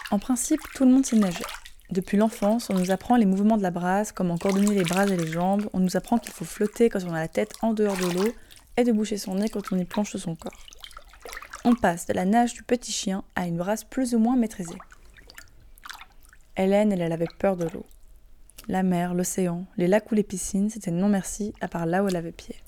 En principe, tout le monde sait nager. Depuis l'enfance, on nous apprend les mouvements de la brasse, comment coordonner les bras et les jambes, on nous apprend qu'il faut flotter quand on a la tête en dehors de l'eau et de boucher son nez quand on y plonge sous son corps. On passe de la nage du petit chien à une brasse plus ou moins maîtrisée. Hélène, elle avait peur de l'eau. La mer, l'océan, les lacs ou les piscines, c'était non merci, à part là où elle avait pied.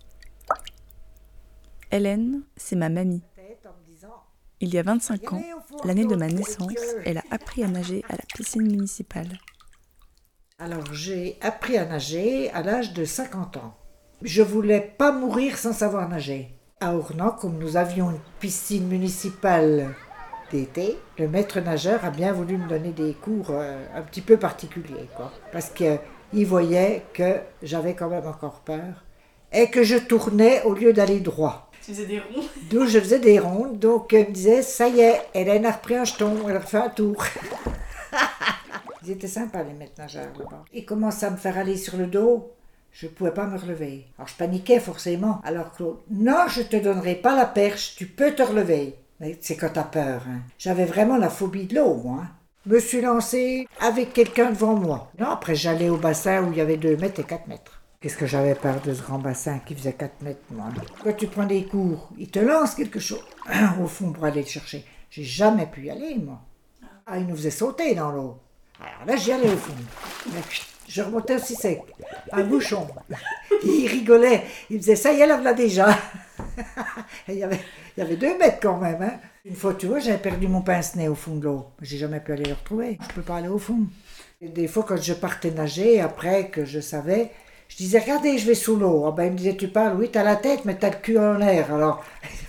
Hélène, c'est ma mamie. Il y a 25 ans, l'année de ma naissance, elle a appris à nager à la piscine municipale. Alors, j'ai appris à nager à l'âge de 50 ans. Je voulais pas mourir sans savoir nager. À Ornans, comme nous avions une piscine municipale d'été, le maître nageur a bien voulu me donner des cours un petit peu particuliers, quoi. Parce qu'il voyait que j'avais quand même encore peur et que je tournais au lieu d'aller droit. Tu faisais des ronds? D'où je faisais des rondes, donc il me disait, ça y est, Hélène a repris un jeton, elle a refait un tour. Ils étaient sympas les maîtres nageurs là-bas. Ils commençaient à me faire aller sur le dos, je ne pouvais pas me relever. Alors je paniquais forcément. Alors Claude, non, je ne te donnerai pas la perche, tu peux te relever. Mais c'est quand t'as peur. Hein. J'avais vraiment la phobie de l'eau, moi. Je me suis lancée avec quelqu'un devant moi. Non, après j'allais au bassin où il y avait 2 mètres et 4 mètres. Qu'est-ce que j'avais peur de ce grand bassin qui faisait 4 mètres, moi. Quand tu prends des cours, ils te lancent quelque chose au fond pour aller le chercher. J'ai jamais pu y aller, moi. Ah, ils nous faisaient sauter dans l'eau. Alors là, j'y allais au fond. Je remontais aussi sec. Un bouchon. Il rigolait. Il faisait ça y est, là, voilà déjà. il y avait 2 mètres quand même. Hein. Une fois, tu vois, j'avais perdu mon pince-nez au fond de l'eau. J'ai jamais pu aller le retrouver. Je peux pas aller au fond. Et des fois, quand je partais nager, après que je savais, je disais, regardez, je vais sous l'eau. Ah ben, il me disait, tu parles, oui, t'as la tête, mais t'as le cul en l'air. Alors.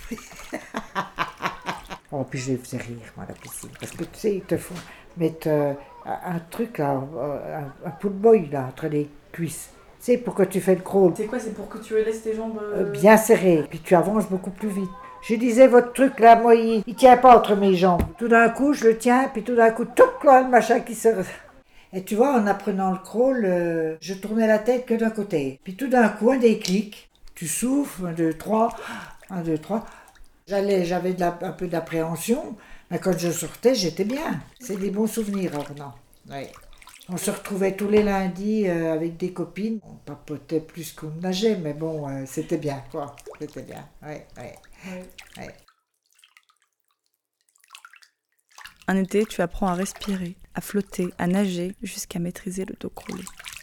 Oh, puis je les faisais rire, moi, à la piscine. Parce que tu sais, ils te font mettre un truc, là, un pull boy, là, entre les cuisses. Tu sais, pour que tu fais le crawl. C'est quoi? C'est pour que tu laisses tes jambes... Bien serrées. Puis tu avances beaucoup plus vite. Je disais, votre truc, là, moi, il tient pas entre mes jambes. Tout d'un coup, je le tiens, puis tout d'un coup, tout là, le machin qui se... Et tu vois, en apprenant le crawl, je tournais la tête que d'un côté. Puis tout d'un coup, un déclic. Tu souffles, 1, 2, 3, 1, 2, 3. J'avais un peu d'appréhension, mais quand je sortais, j'étais bien. C'est des bons souvenirs, Ornans. Oui. On se retrouvait tous les lundis avec des copines. On papotait plus qu'on nageait, mais bon, c'était bien, quoi. C'était bien, oui, oui. Oui. Un été, tu apprends à respirer, à flotter, à nager, jusqu'à maîtriser le dos crawlé.